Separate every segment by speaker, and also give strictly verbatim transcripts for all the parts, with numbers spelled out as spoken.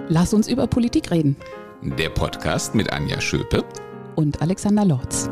Speaker 1: Lass uns über Politik reden.
Speaker 2: Der Podcast mit Anja Schöpe
Speaker 1: und Alexander Lorz.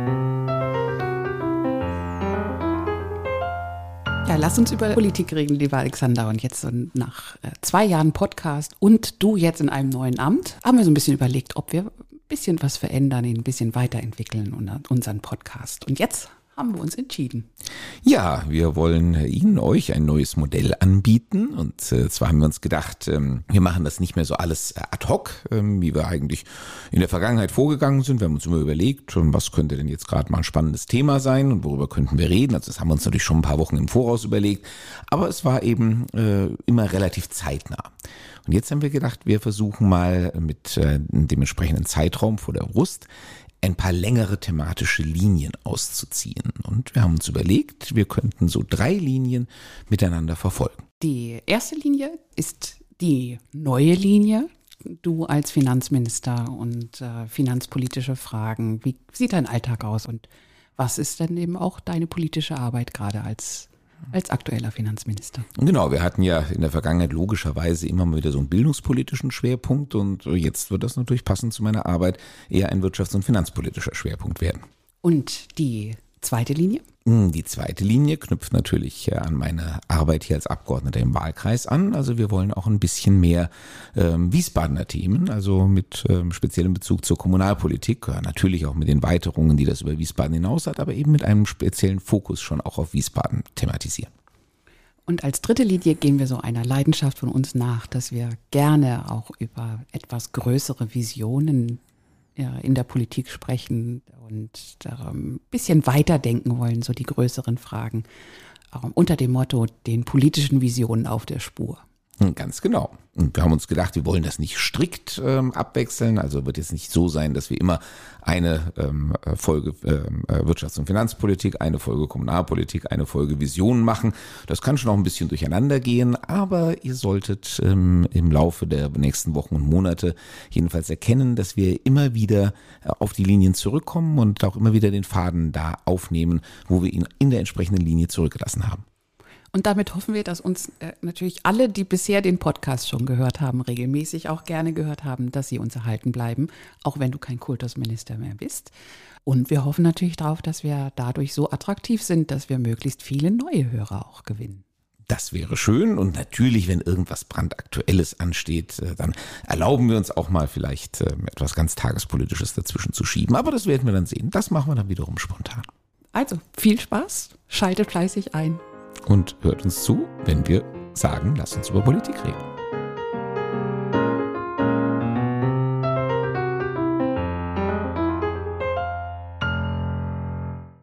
Speaker 1: Ja, lass uns über Politik reden, lieber Alexander. Und jetzt so nach äh, zwei Jahren Podcast und du jetzt in einem neuen Amt, haben wir so ein bisschen überlegt, ob wir ein bisschen was verändern, ihn ein bisschen weiterentwickeln und unseren Podcast. Und jetzt haben wir uns entschieden.
Speaker 2: Ja, wir wollen Ihnen, euch ein neues Modell anbieten. Und äh, zwar haben wir uns gedacht, ähm, wir machen das nicht mehr so alles äh, ad hoc, ähm, wie wir eigentlich in der Vergangenheit vorgegangen sind. Wir haben uns immer überlegt, was könnte denn jetzt gerade mal ein spannendes Thema sein und worüber könnten wir reden. Also das haben wir uns natürlich schon ein paar Wochen im Voraus überlegt. Aber es war eben äh, immer relativ zeitnah. Und jetzt haben wir gedacht, wir versuchen mal mit äh, dem entsprechenden Zeitraum vor der Brust ein paar längere thematische Linien auszuziehen. Und wir haben uns überlegt, wir könnten so drei Linien miteinander verfolgen.
Speaker 1: Die erste Linie ist die neue Linie. Du als Finanzminister und äh, finanzpolitische Fragen. Wie sieht dein Alltag aus und was ist denn eben auch deine politische Arbeit gerade als als aktueller Finanzminister?
Speaker 2: Genau, wir hatten ja in der Vergangenheit logischerweise immer mal wieder so einen bildungspolitischen Schwerpunkt und jetzt wird das natürlich passend zu meiner Arbeit eher ein wirtschafts- und finanzpolitischer Schwerpunkt werden.
Speaker 1: Und die zweite Linie?
Speaker 2: Die zweite Linie knüpft natürlich an meine Arbeit hier als Abgeordneter im Wahlkreis an. Also wir wollen auch ein bisschen mehr ähm, Wiesbadener Themen, also mit ähm, speziellem Bezug zur Kommunalpolitik, ja, natürlich auch mit den Weiterungen, die das über Wiesbaden hinaus hat, aber eben mit einem speziellen Fokus schon auch auf Wiesbaden thematisieren.
Speaker 1: Und als dritte Linie gehen wir so einer Leidenschaft von uns nach, dass wir gerne auch über etwas größere Visionen in der Politik sprechen und ein bisschen weiterdenken wollen, so die größeren Fragen, unter dem Motto, den politischen Visionen auf der Spur.
Speaker 2: Ganz genau. Und wir haben uns gedacht, wir wollen das nicht strikt ähm, abwechseln. Also wird jetzt nicht so sein, dass wir immer eine ähm, Folge ähm, Wirtschafts- und Finanzpolitik, eine Folge Kommunalpolitik, eine Folge Visionen machen. Das kann schon auch ein bisschen durcheinander gehen, aber ihr solltet ähm, im Laufe der nächsten Wochen und Monate jedenfalls erkennen, dass wir immer wieder auf die Linien zurückkommen und auch immer wieder den Faden da aufnehmen, wo wir ihn in der entsprechenden Linie zurückgelassen haben.
Speaker 1: Und damit hoffen wir, dass uns äh, natürlich alle, die bisher den Podcast schon gehört haben, regelmäßig auch gerne gehört haben, dass sie uns erhalten bleiben, auch wenn du kein Kultusminister mehr bist. Und wir hoffen natürlich darauf, dass wir dadurch so attraktiv sind, dass wir möglichst viele neue Hörer auch gewinnen.
Speaker 2: Das wäre schön und natürlich, wenn irgendwas brandaktuelles ansteht, dann erlauben wir uns auch mal vielleicht etwas ganz Tagespolitisches dazwischen zu schieben. Aber das werden wir dann sehen. Das machen wir dann wiederum spontan.
Speaker 1: Also viel Spaß, schaltet fleißig ein.
Speaker 2: Und hört uns zu, wenn wir sagen, lasst uns über Politik reden.